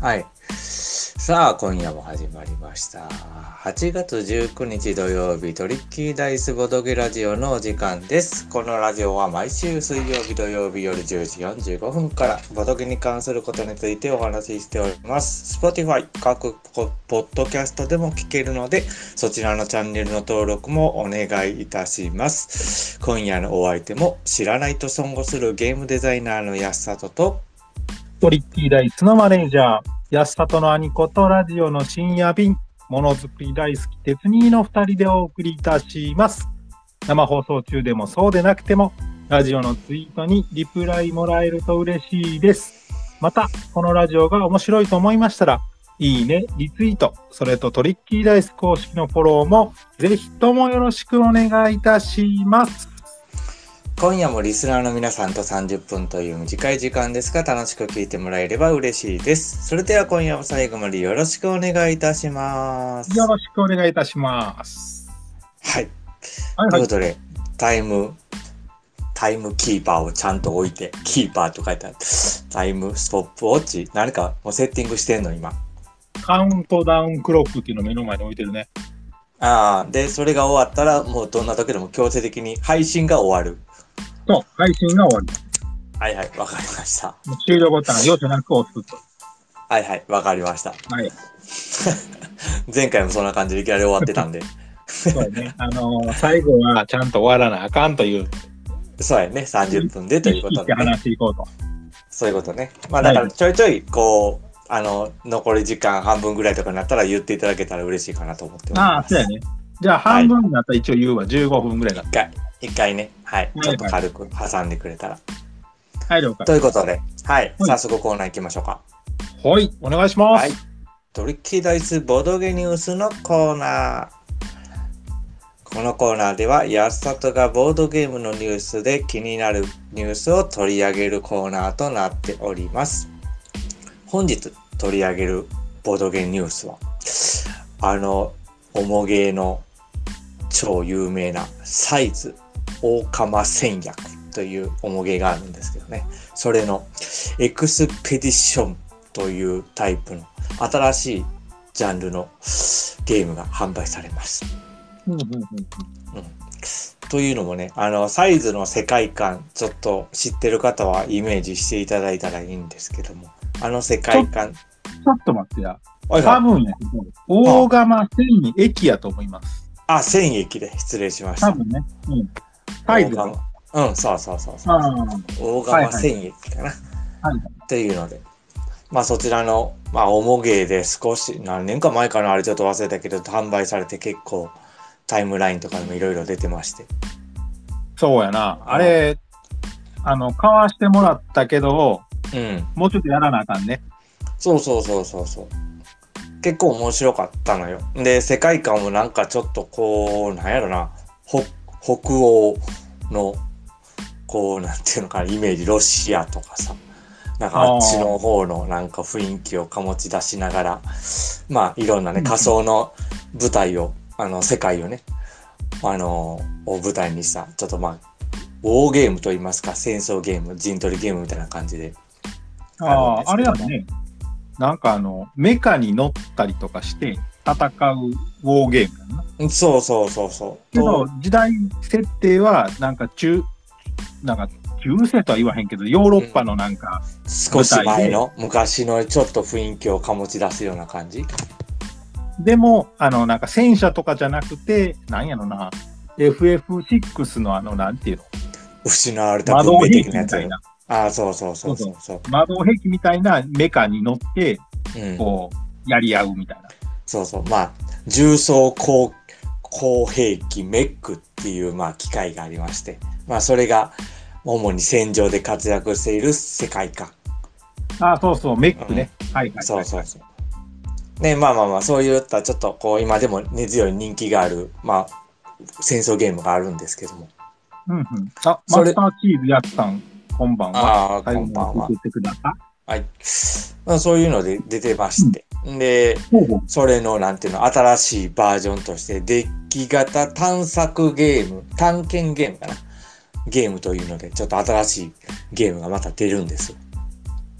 はい。さあ、今夜も始まりました。8月19日土曜日、トリッキーダイスボドゲラジオのお時間です。このラジオは毎週水曜日土曜日夜10時45分からボドゲに関することについてお話ししております。Spotify 各ポッドキャストでも聞けるので、そちらのチャンネルの登録もお願いいたします。今夜のお相手も知らないと損をするゲームデザイナーの安里とトリッキーダイスのマネージャー、安里の兄子とラジオの深夜便、ものづくり大好き鉄兄の2人でお送りいたします。生放送中でもそうでなくても、ラジオのツイートにリプライもらえると嬉しいです。また、このラジオが面白いと思いましたら、いいね、リツイート、それとトリッキーダイス公式のフォローもぜひともよろしくお願いいたします。 今夜もリスナーの皆さんと30分という短い時間ですが楽しく聞いてもらえれば嬉しいです。それでは今夜も最後までよろしくお願いいたします。 よろしくお願いいたします。 はい。 はいはい、 ということで、タイムキーパーをちゃんと置いて、キーパーと書いてある。タイムストップウォッチ何かもうセッティングしてんの今。 カウントダウンクロックっていうのを目の前に置いてるね。 ああ、で、それが終わったらもうどんな時でも強制的に配信が終わる。 そう、配信が終わる。 はいはい、わかりました。 終了ボタン、容赦なく押すと。 はいはい、わかりました。 はい。 前回もそんな感じでいきなり終わってたんで。 そうね。最後はちゃんと終わらなあかんという。 そうやね、30分でということで、ね。 話していこうと。 そういうことね。まあだからちょいちょい、こう、残り時間半分ぐらいとかになったら言っていただけたら嬉しいかなと思っております。 ああ、そうやね。じゃあ半分になったら一応言うわ。15分ぐらいだった。 一回ね、はい。ちょっと軽く挟んでくれたら。 はい、了解。 ということで、はい。早速コーナー行きましょうか。 はい、お願いします。 はい。トリッキーダイスボドゲニュースのコーナー。このコーナーでは安里がボードゲームのニュースで気になるニュースを取り上げるコーナーとなっております。本日取り上げるボードゲームニュースはおもげの超有名なサイズ大釜戦略というおもげがあるんですけどね、それのエクスペディションというタイプの新しいジャンルのゲームが販売されます。というのもね、サイズの世界観ちょっと知ってる方はイメージしていただいたらいいんですけども、世界観ちょっと待ってや。多分やけど、大釜戦役やと思います。 あ、戦役で失礼しました。 多分ね。サイズが。 そう。大釜戦役かな。っていうので。まあそちらの、おもげで少し、何年か前かな、あれちょっと忘れたけど、販売されて結構タイムラインとかでもいろいろ出てまして。 そうやな。あれ、買わしてもらったけど、もうちょっとやらなあかんね。 そう。結構面白かったのよ。で、世界観もなんかちょっとこう、なんやろな、北欧の、こう、なんていうのかな、イメージ、ロシアとかさ、なんかあっちの方のなんか雰囲気を醸し出しながら、いろんなね、仮想の舞台を、世界をね、を舞台にした、ちょっとウォーゲームといいますか、戦争ゲーム、陣取りゲームみたいな感じで。 あれやね。なんかメカに乗ったりとかして戦うウォーゲームやな。 そう。 けど時代設定はなんか中世とは言わへんけどヨーロッパのなんか、 少し前の昔のちょっと雰囲気を醸し出すような感じ。 でもなんか戦車とかじゃなくてなんやろな FF6 のなんていうの失われた文明的なやつ。そう。 魔導兵器みたいなメカに乗って、こう、やり合うみたいな。 そう。重装攻兵器メックっていう、機械がありまして、それが主に戦場で活躍している世界観。 そう、メックね。はい。 そう。ね、そういったちょっとこう、今でも根強い人気がある、戦争ゲームがあるんですけども。 マスターチーズやったん。こんばんは。 こんばんは。 送ってください。はい。そういうので出てまして。で、それのなんていうの、新しいバージョンとして、デッキ型探検ゲームかな。ゲームというので、ちょっと新しいゲームがまた出るんです。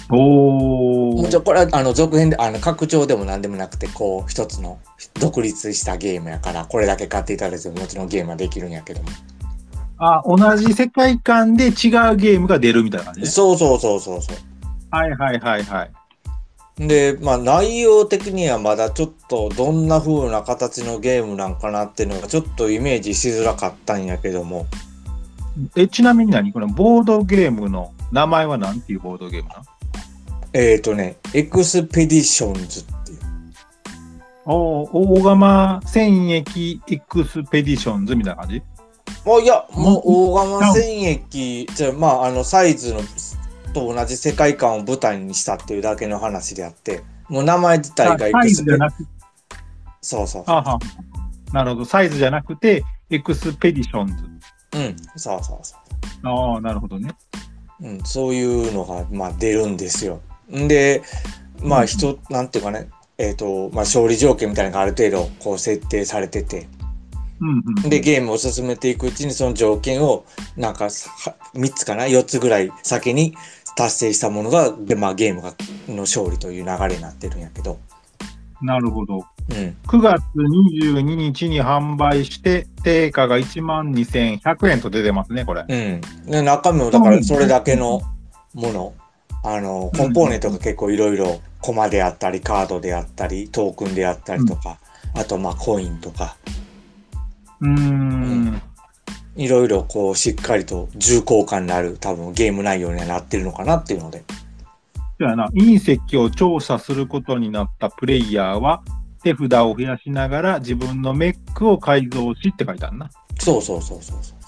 おー。 もちろんこれは続編で拡張でも何でもなくてこう一つの独立したゲームやからこれだけ買っていただいてももちろんゲームはできるんやけども。 あ、同じ世界観で違うゲームが出るみたいな感じね。 そうそうそうそうそう。 はいはいはいはい。 で、まあ内容的にはまだちょっとどんな風な形のゲームなんかなっていうのがちょっとイメージしづらかったんやけども。 ちなみにこのボードゲームの名前は何ていうボードゲームな？ エクスペディションズっていう。 大釜戦役エクスペディションズみたいな感じ？ いや、もう大釜戦役、まあサイズのと同じ世界観を舞台にしたっていうだけの話であって、もう名前自体がエクスペ、そうそう。 はなるほど。サイズじゃなくて、エクスペディションズ。 うん、そうそうそう。 ああ、なるほどね。 うん、そういうのが、まあ、出るんですよ。んで、まあ、なんていうかね、まあ、勝利条件みたいなのがある程度、こう、設定されてて、で、ゲームを進めていくうちに、その条件を、なんか、3つかな ?4 つぐらい先に達成したものが、で、まあ、ゲームの勝利という流れになってるんやけど。 なるほど。 うん、 9月22日に販売して、定価が12,100円と出てますね、これ。 うん。で、中身もだからそれだけのもの、コンポーネントが結構いろいろ、コマであったり、カードであったり、トークンであったりとか、あとまあコインとか、いろいろこうしっかりと重厚感になる多分ゲーム内容にはなってるのかなっていうので。 そうやな、隕石を調査することになったプレイヤーは、手札を増やしながら自分のメックを改造しって書いてあるな。 そうそうそうそうそう。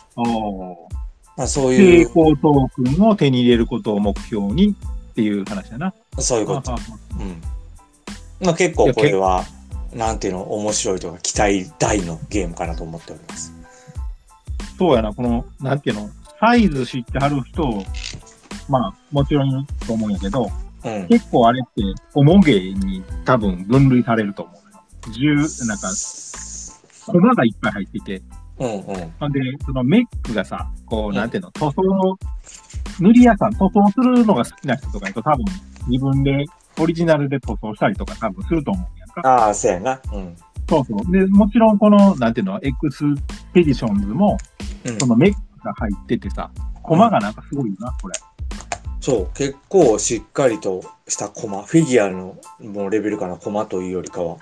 まあそういう。成功トークンを手に入れることを目標にっていう話だな。 そういうこと。まあ結構これは、なんていうの、面白いとか期待大のゲームかなと思っております。 そうやな、この、なんていうの、サイズ知ってはる人、まあもちろんいると思うんやけど、結構あれって重ゲーに多分分類されると思うよ。なんか、コマがいっぱい入ってて、なんで、そのメックがさ、こう、なんていうの、塗装、塗り屋さん、塗装するのが好きな人とかにと多分自分でオリジナルで塗装したりとか多分すると思うんやんか。 ああ、そうやな。 そうそう。で、もちろんこの、なんていうの、エクスペディションズも、そのメックが入っててさ、コマがなんかすごいよな、これ。 そう、結構しっかりとしたコマ、フィギュアのもうレベルかな、コマというよりかは。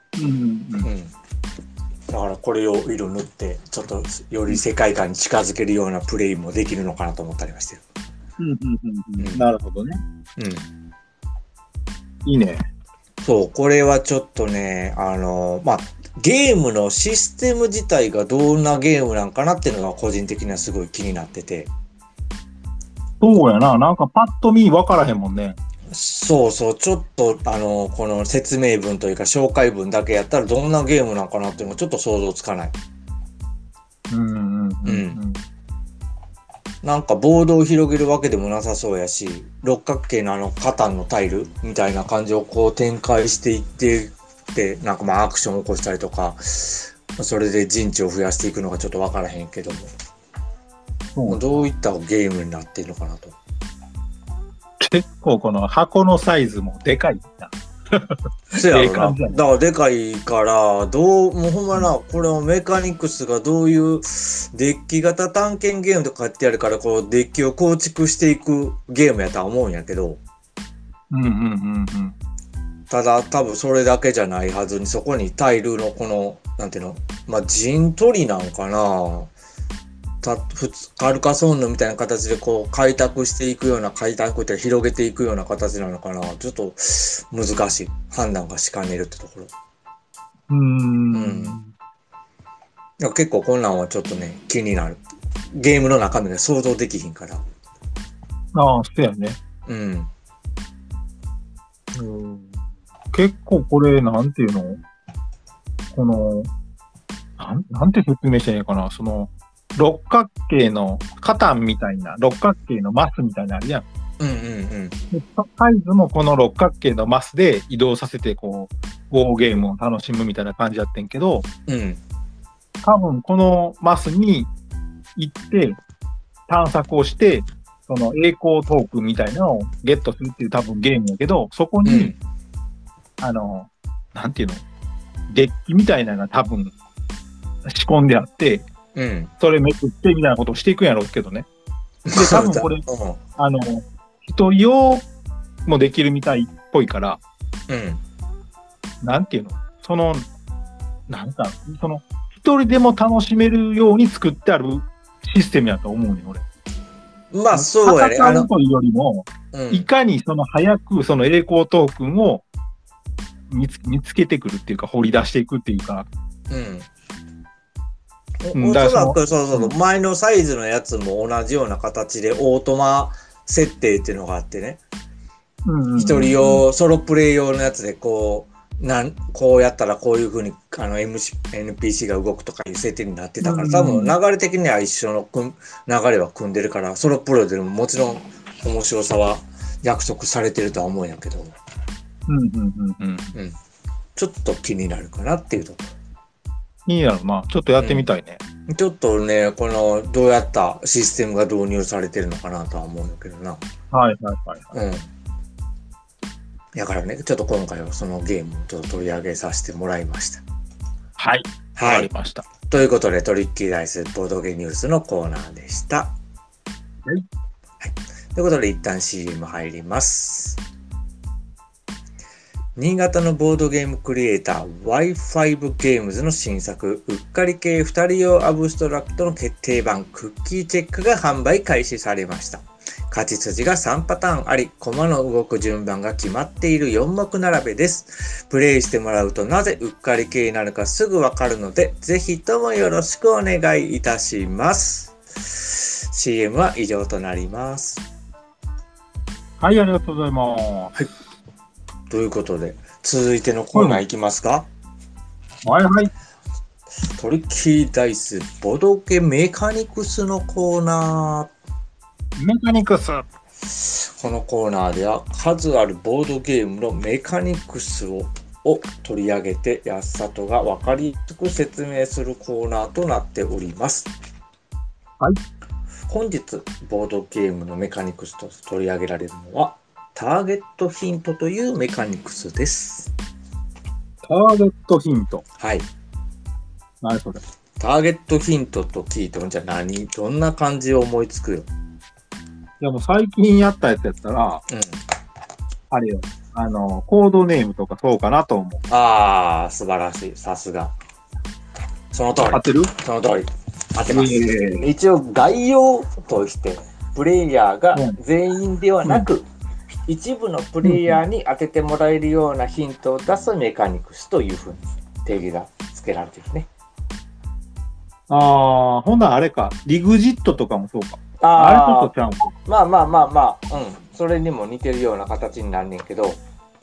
だからこれを色塗って、ちょっとより世界観に近づけるようなプレイもできるのかなと思ったりましてる。 なるほどね。いいね。 そう、これはちょっとね、まあ、ゲームのシステム自体がどんなゲームなんかなっていうのが個人的にはすごい気になってて。 そうやな。なんかパッと見分からへんもんね。 そうそう。ちょっと、この説明文というか紹介文だけやったらどんなゲームなんかなっていうのがちょっと想像つかない。なんかボードを広げるわけでもなさそうやし、六角形のカタンのタイルみたいな感じをこう展開していって、なんかまあアクションを起こしたりとか、それで陣地を増やしていくのがちょっとわからへんけども。どういったゲームになっているのかなと。 結構この箱のサイズもでかいな。 そうやろな。だからでかいから、もうほんまな、これはメカニクスがどういうデッキ型探検ゲームとかってやるから、こうデッキを構築していくゲームやとは思うんやけど。ただ多分それだけじゃないはずに、そこにタイルのこの、なんていうの、まあ陣取りなんかな。カルカソンヌみたいな形でこう開拓していくような開拓って広げていくような形なのかな。ちょっと難しい判断がしかねるってところ。結構こんなんはちょっとね気になる。ゲームの中身が想像できひんから。 ああ、そうやね。結構これなんていうの？このなんて説明していいかな。その六角形のカタンみたいな六角形のマスみたいなのあるやん。サイズもこの六角形のマスで移動させてこうウォーゲームを楽しむみたいな感じやってんけど、多分このマスに行って探索をしてその栄光トークンみたいなのをゲットするっていう多分ゲームやけど、そこに、なんていうの、デッキみたいなのが多分仕込んであって、それめくってみたいなことをしていくんやろうけどね。で、多分これ、一人用もできるみたいっぽいから、なんていうの、一人でも楽しめるように作ってあるシステムやと思うね、俺。 まあ、そうやね。 戦うというよりも、いかに早くその栄光トークンを見つけてくるっていうか、掘り出していくっていうか。 おそらく前のサイズのやつも同じような形でオートマ設定っていうのがあってね。一人用、ソロプレイ用のやつでこうやったらこういう風にNPC が動くとかいう設定になってたから、多分流れ的には一緒の流れは組んでるから、ソロプロでももちろん面白さは約束されてるとは思うんやけど、ちょっと気になるかなっていうところ。 いいやろな。ちょっとやってみたいね。 ちょっとね、どうやったシステムが導入されてるのかなとは思うんだけどな。だからね、ちょっと今回はそのゲームをちょっと取り上げさせてもらいました。 はい。わかりました。 ということで、トリッキーダイスボードゲーニュースのコーナーでした。はい。ということで、一旦 CM 入ります。新潟のボードゲームクリエイター Y5 ゲームズの新作うっかり系2人用アブストラクトの決定版クッキーチェックが販売開始されました。勝ち筋が3パターンあり、駒の動く順番が決まっている4目並べです。プレイしてもらうとなぜうっかり系になるかすぐわかるので、ぜひともよろしくお願いいたします。CM は以上となります。 はい、ありがとうございます。はい。 ということで、続いてのコーナーいきますか？ はいはい。 トリッキーダイスボドゲメカニクスのコーナー。メカニクス。 このコーナーでは数あるボードゲームのメカニクスを取り上げて安里が分かりやすく説明するコーナーとなっております。 はい。 本日ボードゲームのメカニクスと取り上げられるのはターゲットヒントというメカニクスです。 ターゲットヒント。 はい。 何それ。 ターゲットヒントと聞いても、じゃあどんな感じを思いつくよ。 いやもう最近やったやつやったら、あれよ、コードネームとかそうかなと思う。 ああ、素晴らしい。さすが。その通り。 合ってる？ その通り。合ってます。一応概要として、プレイヤーが全員ではなく、一部のプレイヤーに当ててもらえるようなヒントを出すメカニクスというふうに定義が付けられてるね。 ああ、ほんならあれか、リグジットとかもそうか。あれちょっとちゃうか。 まあ、それにも似てるような形になんねんけど、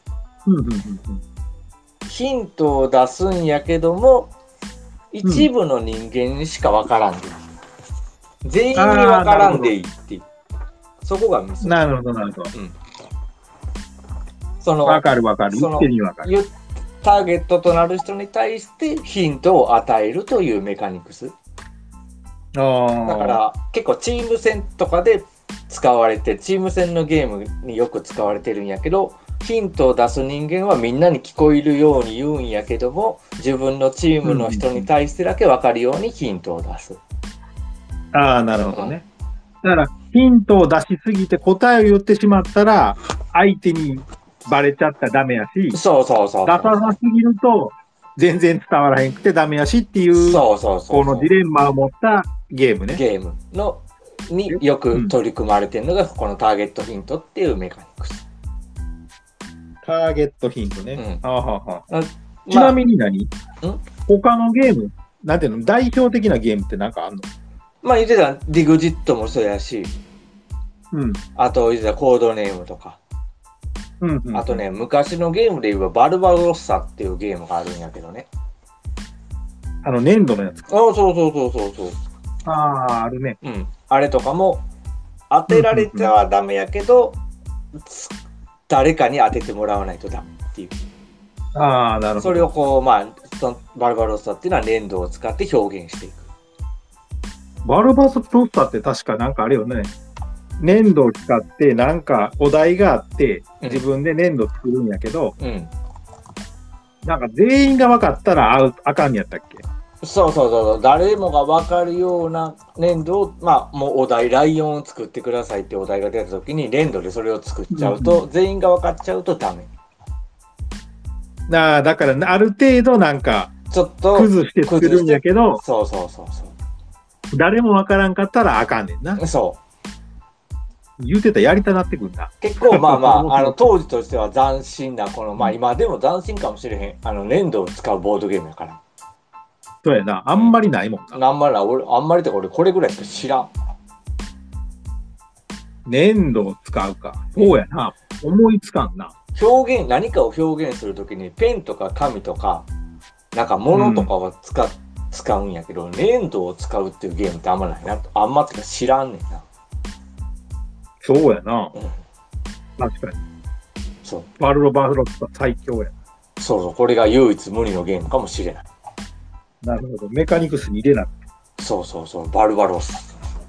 ヒントを出すんやけども、一部の人間にしか分からんでいい。全員に分からんでいいっていう。そこがミソ。 なるほど、なるほど。分かる。一手に分かる。 ターゲットとなる人に対してヒントを与えるというメカニクス。だから結構チーム戦とかで使われて、チーム戦のゲームによく使われてるんやけど、ヒントを出す人間はみんなに聞こえるように言うんやけども、自分のチームの人に対してだけ分かるようにヒントを出す。 ああ、なるほどね。だからヒントを出しすぎて答えを言ってしまったら相手にバレちゃったらダメやし、 そう。 出さなすぎると全然伝わらへんくてダメやしっていう、このジレンマを持ったゲームね。 ゲームによく取り組まれてるのが、このターゲットヒントっていうメカニクス。 ターゲットヒントね。ちなみに他のゲーム、なんていうの、代表的なゲームってなんかあんの？ まあ言ってたディグジットもそうやし、あと言ってたコードネームとか。あとね、昔のゲームで言えばバルバロッサっていうゲームがあるんやけどね。 粘土のやつか。 そう。 あるね。 あれとかも当てられてはダメやけど、誰かに当ててもらわないとダメっていう。 なるほど。 それをバルバロッサっていうのは粘土を使って表現していく。 バルバロッサって確かなんかあれよね。 粘土を使ってなんかお題があってうん自分で粘土作るんやけど、 うん。 なんか全員が分かったらあかんやったっけ？ そうそうそうそう。誰もが分かるような粘土を、まあ、もうお題、ライオンを作ってくださいってお題が出たときに、粘土でそれを作っちゃうと、全員が分かっちゃうとダメ。 だからある程度なんかちょっと崩して作るんやけど、 そうそうそうそ誰も分からんかったらあかんねんな。 う。そう。 言うてたらやりたなってくんだ。 結構まあまあ、当時としては斬新な、まあ今でも斬新かもしれへん、粘土を使うボードゲームやから。 そうやな。あんまりないもんな。 あんまりって俺これぐらいしか知らん。 粘土を使うか。そうやな。思いつかんな。 何かを表現するときにペンとか紙とか、なんか物とかは使うんやけど、粘土を使うっていうゲームってあんまないな。あんまってか知らんねんな。 そうやな。 うん。 確かに。 そう。 バルロスタ最強や。 そうそう。これが唯一無二のゲームかもしれない。 なるほど。メカニクスに入れなくて。 そうそうそう。バルバロッサ。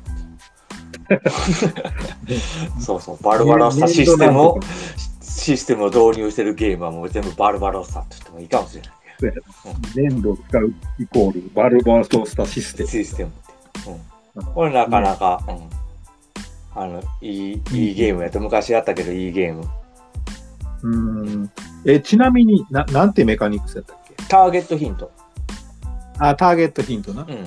そうそう。バルバロッサシステムを導入してるゲームはもう全部バルバロッサって言ってもいいかもしれない。 そうやな。粘土を使うイコールバルバロスタシステム。 システムって。うん。これなかなか、いいゲームやと昔やったけどいいゲーム。 ちなみになんてメカニクスやったっけ？ ターゲットヒント。 ターゲットヒントな。 うん。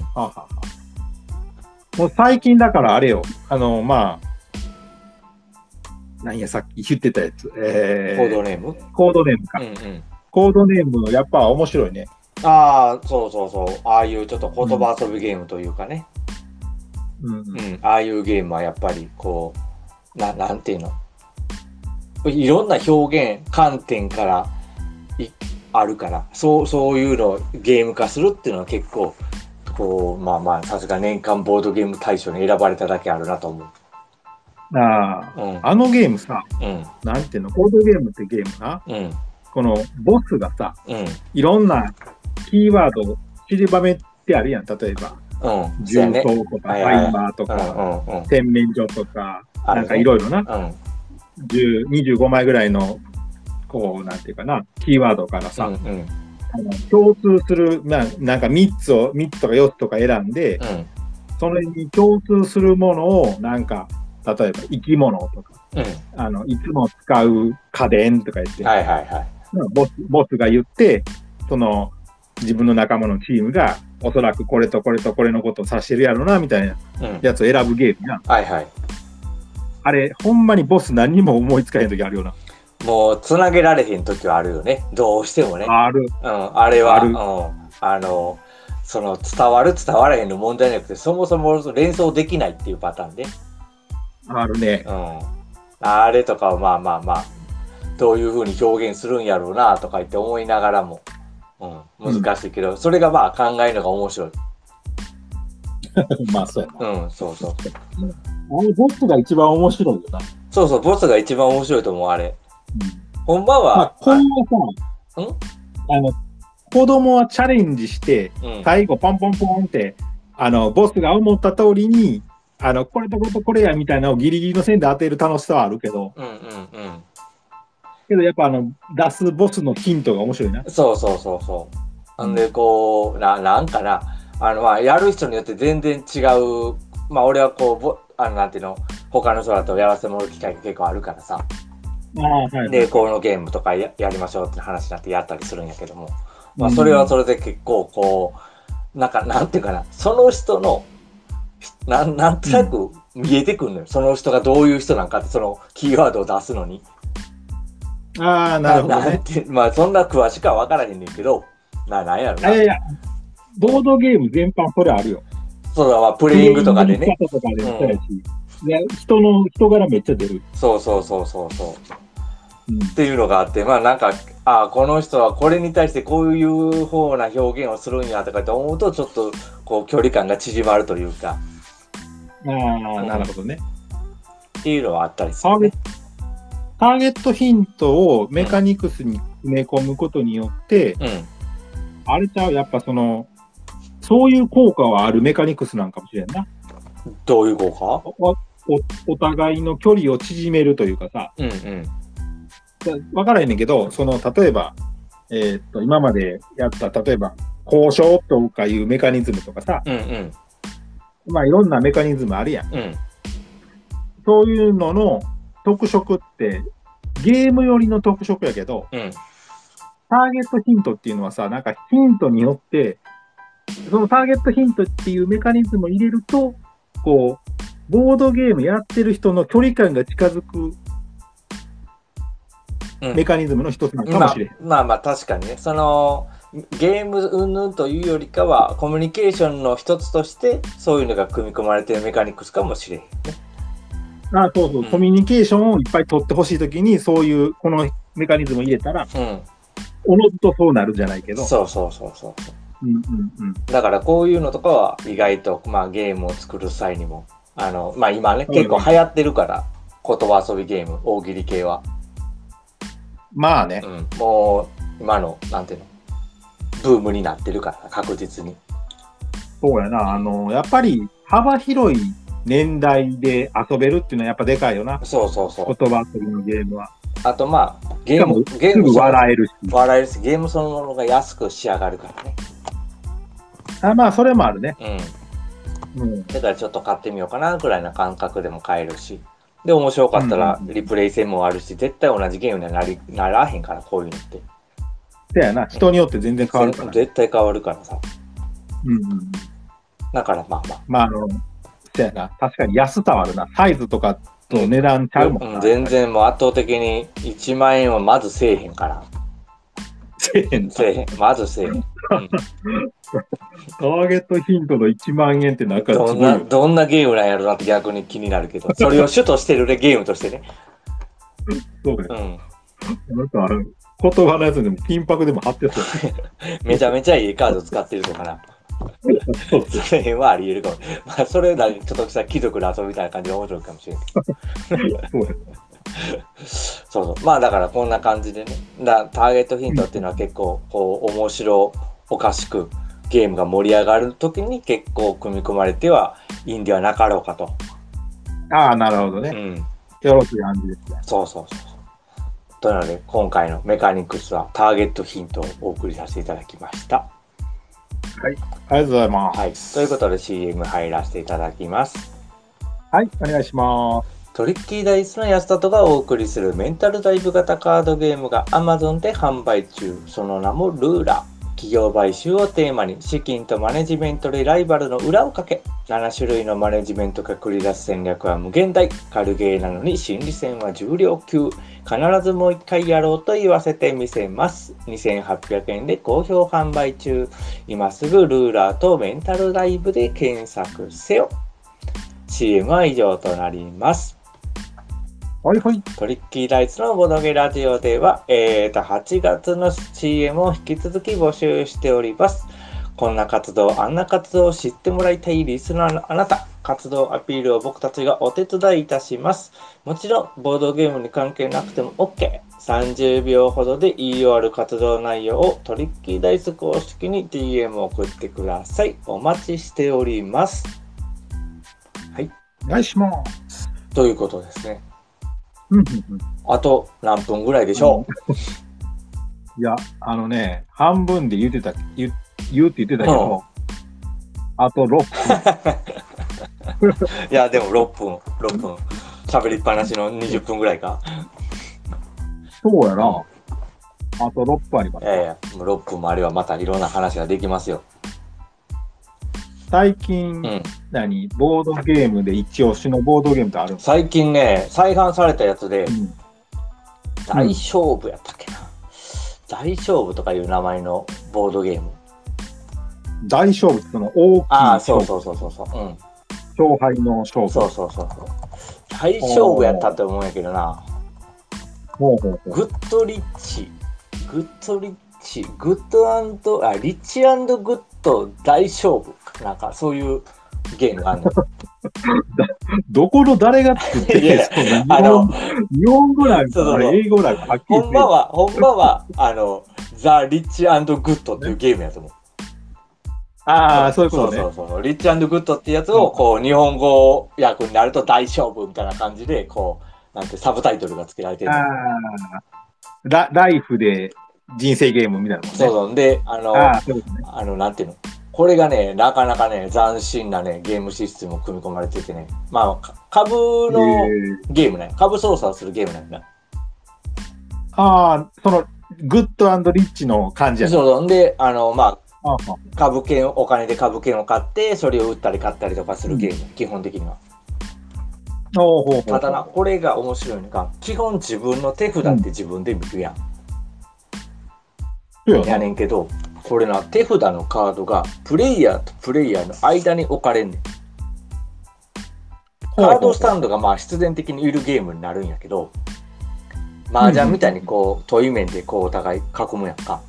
もう最近だからあれよ。まあ、なんやさっき言ってたやつ。 コードネームか。 うんうん。 コードネームやっぱ面白いね。 ああ、そうそうそう。ああいうちょっと言葉遊びゲームというかね。ああいうゲームはやっぱりこう、なんていうの。いろんな表現、観点からあるから、そういうのをゲーム化するっていうのは結構、こう、まあまあ、さすが年間ボードゲーム大賞に選ばれただけあるなと思う。 あのゲームさ、なんていうの、コードゲームってゲームな、このボスがさ、いろんなキーワードを散りばめてあるやん、例えば。重曹とか、ファイバーとか、洗面所とか、なんかいろいろな、25枚ぐらいの、こう、なんていうかな、キーワードからさ、共通する、なんか3つとか4つとか選んで、それに共通するものを、なんか、例えば生き物とか、いつも使う家電とか言って、ボスが言って、自分の仲間のチームが、おそらくこれとこれとこれのことを指してるやろな、みたいなやつを選ぶゲームや。あれ、ほんまにボス何にも思いつかへんときあるよな。 もう、つなげられへんときはあるよね。どうしてもね。 ある。 あれは、伝わる伝わらへんの問題なくて、そもそも連想できないっていうパターンで。 あるね。 あれとかはまあまあまあ、どういうふうに表現するんやろうなとか言って思いながらも、難しいけど、それがまあ考えるのが面白い。 まあそうやな。そうそう。 ボスが一番面白いよな。 そうそう、ボスが一番面白いと思う、あれ。ほんまは。 こんなさ、子供はチャレンジして、最後ポンポンポンって、ボスが思った通りに、これとこれとこれやみたいなのをギリギリの線で当てる楽しさはあるけど、けどやっぱ出すボスのヒントが面白いな。 そう。んで、こう、なんかな、やる人によって全然違う、まあ俺はこう、なんていうの、他の人だとやらせてもらう機会が結構あるからさ。で、このゲームとかやりましょうって話になってやったりするんやけども、まあそれはそれで結構こう、なんていうかな、その人の、なんとなく見えてくるのよ。その人がどういう人なんかって、そのキーワードを出すのに。 なるほどね。 まあそんな詳しくは分からへんねんけど、なんやろな。 いや、ボードゲーム全般それあるよ。 そうだわ、プレイングとかでね。 人柄めっちゃ出る。 そう。っていうのがあって、まあなんか、この人はこれに対してこういう方な表現をするんやとかって思うと、ちょっとこう距離感が縮まるというか。 なるほどね。 っていうのはあったりするね。 ターゲットヒントをメカニクスに埋め込むことによって、あれちゃう、やっぱそういう効果はあるメカニクスなんかもしれんな。 どういう効果？ お互いの距離を縮めるというかさ、 うんうん。 わからへんねんけど、例えば、今までやった、例えば、交渉とかいうメカニズムとかさ、 うんうん。 まあいろんなメカニズムあるやん。 うん。 そういうのの特色って、ゲーム寄りの特色やけど、 うん。 ターゲットヒントっていうのはさ、なんかヒントによって、そのターゲットヒントっていうメカニズムを入れると、こう、ボードゲームやってる人の距離感が近づくメカニズムの一つなのかもしれん。 まあ確かにね、ゲーム云々というよりかはコミュニケーションの一つとしてそういうのが組み込まれているメカニクスかもしれんね。 そうそう、コミュニケーションをいっぱい取ってほしいときに、そういうこのメカニズムを入れたら、おのずとそうなるじゃないけど。 そう。だからこういうのとかは意外と、ゲームを作る際にも今ね、結構流行ってるから言葉遊びゲーム、大喜利系は。 まあね、 もう今のなんていうのブームになってるから確実に。 そうやな、やっぱり幅広い年代で遊べるっていうのはやっぱでかいよな。 そう。 言葉遊びのゲームは。 あとゲームすぐ笑えるし。 ゲームそのものが安く仕上がるからね。 まあそれもあるね。 だからちょっと買ってみようかなぐらいな感覚でも買えるし。で、面白かったらリプレイ戦もあるし、絶対同じゲームにはならへんから、こういうのって。 そうやな、人によって全然変わるから。 絶対変わるからさ。だからそうやな、確かに安さはあるな。サイズとかと値段ちゃうもんな。 全然もう圧倒的に1万円はまずせえへんから。まずせえへん。 ターゲットヒントの1万円ってなんかどんなゲームなんやろなって逆に気になるけど、それを主としてるゲームとしてね。 そうだよ。なんか言葉のやつでも金箔でも貼ってそう。 めちゃめちゃいいカード使ってるとかな。その辺はあり得るかも。それなりにちょっとした貴族の遊びみたいな感じで面白いかもしれない。そう。だからこんな感じでね。ターゲットヒントっていうのは結構面白おかしくゲームが盛り上がるときに結構組み込まれてはいいんではなかろうかと。 なるほどね。よろしい感じですね。 そう。というので今回のメカニクスはターゲットヒントをお送りさせていただきました。 はい、ありがとうございます。 はい、ということで CM 入らせていただきます。 はい、お願いします。 トリッキーダイスの安里がお送りするメンタルダイブ型カードゲームが Amazon で販売中。その名もルーラ。企業買収をテーマに資金とマネジメントでライバルの裏をかけ、7種類のマネジメントが繰り出す戦略は無限大。軽ゲーなのに心理戦は重量級。必ずもう一回やろうと言わせてみせます。2800円で好評販売中。今すぐルーラーとメンタルダイブで検索せよ。CM は以上となります。トリッキーダイスのボドゲラジオでは、8月の CM を引き続き募集しております。こんな活動、あんな活動を知ってもらいたいリスナーのあなた、活動アピールを僕たちがお手伝いいたします。もちろん、ボードゲームに関係なくても OK。30秒ほどで言い終わる活動内容をトリッキーダイス公式に DM を送ってください。お待ちしております。はい。 お願いします。 ということですね。あと何分ぐらいでしょう。いや、半分で言うって言ってたけど、あと6分。 いや、でも6分。喋りっぱなしの20分ぐらいか。 そうやな。あと6分あります。 もう6分もあればまたいろんな話ができますよ。 最近、ボードゲームで一押しのボードゲームってあるんですか？ 最近ね、再販されたやつで、大勝負やったっけな。大勝負とかいう名前のボードゲーム。 大勝負ってその大きい勝負。 そう。 勝敗の勝負。 そう。大勝負やったって思うんやけどな。グッドリッチ、リッチ&グッド大勝負。なんかそういうゲームがあるの。 どこの誰が作ってるんですか？日本語なんか英語なんかはっきり。 本場はザ・リッチ&グッドっていうゲームやと思う。 ああ、そういうことね。 そう。リッチ&グッドってやつを、こう、日本語訳になると大勝負みたいな感じで、こう、なんてサブタイトルが付けられてるの。 ああ、ライフで人生ゲームみたいなもんね。 そう。で、 そうですね。 なんていうの。これがね、なかなかね、斬新なね、ゲームシステムを組み込まれててね、まあ、株のゲームね、株操作をするゲームなんだ。 ああ、その、グッド&リッチの感じやね。 そう。で、まあ、 あお金で株券を買って、それを売ったり買ったりとかするゲーム、基本的には。ただな、これが面白いのが、基本自分の手札って自分で見るやん。やねんけど、これな、手札のカードがプレイヤーとプレイヤーの間に置かれんねん。カードスタンドがまあ必然的にいるゲームになるんやけど、麻雀みたいにこう、問い面でこうお互い囲むやんか。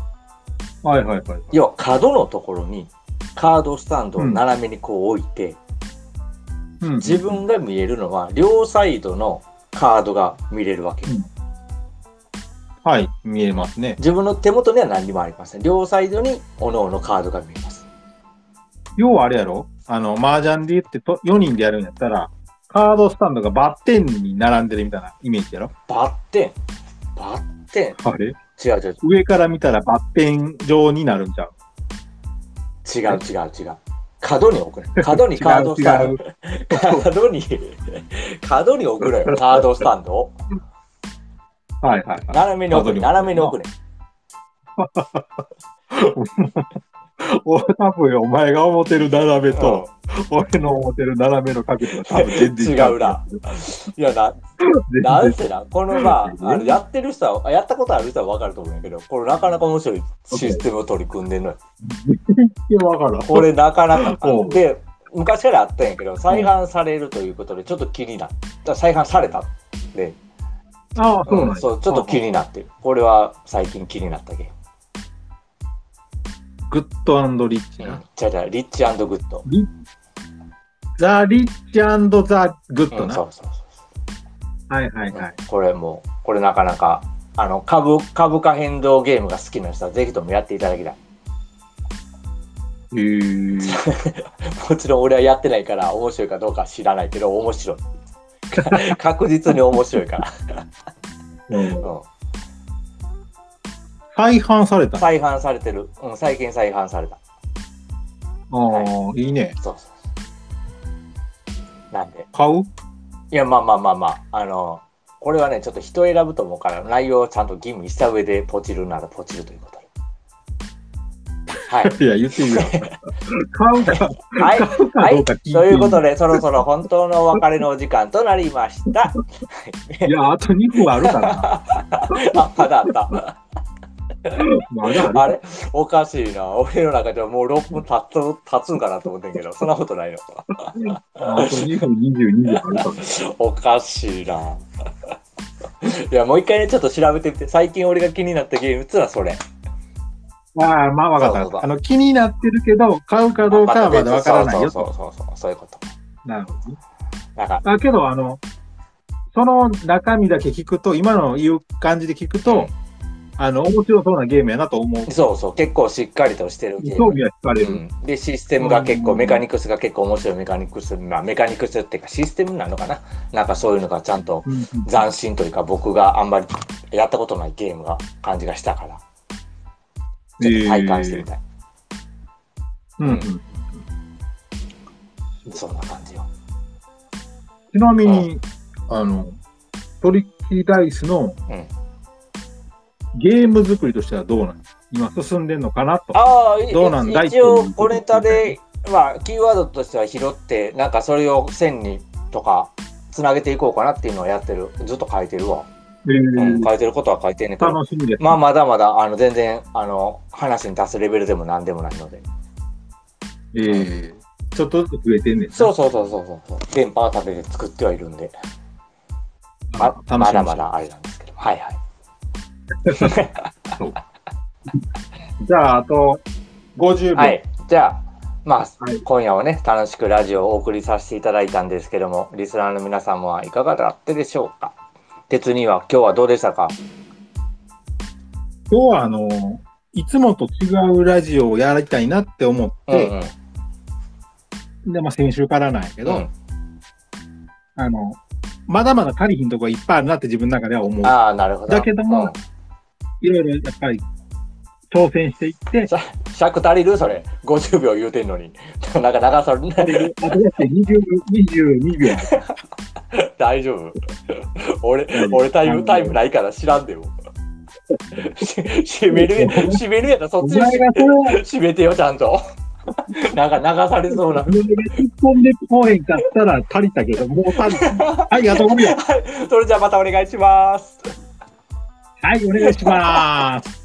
要は角のところにカードスタンドを斜めにこう置いて、自分が見えるのは両サイドのカードが見れるわけ。 はい、見えますね。 自分の手元には何にもありません。両サイドに各々カードが見えます。 要はあれやろ、麻雀で言って4人でやるんやったら、カードスタンドがバッテンに並んでるみたいなイメージやろ。 バッテンあれ違う。 上から見たらバッテン状になるんちゃう？ 違う。角に置くね。角にカードスタンド。角に置くのよ、カードスタンドを。斜めに置くね。 多分お前が思ってる斜めと、俺の思ってる斜めの角度が多分全然違うな。いやなんせな、このまあ、やってる人は、やったことある人は分かると思うんやけど、これなかなか面白いシステムを取り組んでんのよ。 分からん。 これなかなか。で、昔からあったんやけど、再販されるということで、ちょっと気になった。再販された。で、ちょっと気になってる。これは最近気になったゲーム。 グッド&リッチな。 リッチ&グッド。 ザ・リッチ&ザ・グッドな。 そう。 はい。 これなかなか、株価変動ゲームが好きな人はぜひともやっていただきたい。もちろん俺はやってないから面白いかどうか知らないけど面白い。確実に面白いから。 再販された。 再販されてる。最近再販された。 いいね。 そう。なんで。 買う？ いや、まあ。これはね、ちょっと人選ぶと思うから、内容をちゃんと吟味した上でポチるならポチるということで。はい。 いや、言ってみよう。買うか。 はい。ということで、そろそろ本当のお別れのお時間となりました。 いや、あと2分あるかな。 まだあった。あれおかしいな。俺の中ではもう6分経つんかなと思ってんけど、そんなことないの。 あと2分22秒あるかな。 おかしいな。いや、もう一回ね、ちょっと調べてみて、最近俺が気になったゲームってのはそれ。 まあ、分かった。気になってるけど、買うかどうかはまだ分からないよと。 そういうこと。 なるほど。けど、その中身だけ聞くと、今の言う感じで聞くと、面白そうなゲームやなと思う。 そう。結構しっかりとしてるゲーム。 興味は惹かれる。 で、システムが結構、メカニクスが結構面白いメカニクスっていうかシステムなのかな。なんかそういうのがちゃんと斬新というか、僕があんまりやったことないゲームが感じがしたから。ちょっと体感してみたい。そんな感じよ。 ちなみに、トリッキーダイスのゲーム作りとしてはどうなの？今進んでんのかなと。どうなんだい？ 一応小ネタで、キーワードとしては拾って、なんかそれを線にとかつなげていこうかなっていうのをやってる。ずっと書いてるわ。書いてることは書いてんねんけど、 楽しみです。 まだまだ全然話に達すレベルでも何でもないので。 ちょっとずつ増えてんねん。 そう。電波を立てて作ってはいるんで。まだまだあれなんですけど。はい。 じゃあ、あと50秒。 はい。じゃあ、今夜はね、楽しくラジオをお送りさせていただいたんですけども、リスナーの皆さんはいかがだったでしょうか？鉄人は今日はどうでしたか？ 今日はいつもと違うラジオをやりたいなって思っうんて、で、まあ先週からなんやけど、 うん。 まだまだ足りひんとこがいっぱいあるなって自分の中では思う。 ああ、なるほど。 だけども、 うんいろいろやっぱり挑戦していって、 尺足りるそれ。50秒言うてんのに。なんか長さ、 あとだって22秒。 大丈夫俺タイムないから知らんでよ。閉めるやったらそっちで閉めてよ、ちゃんと。なんか流されそうな。 突っ込んでこへんかったら足りたけど、もう足りた。はい、あと5秒。 はい、それじゃあまたお願いします。 はい、お願いします。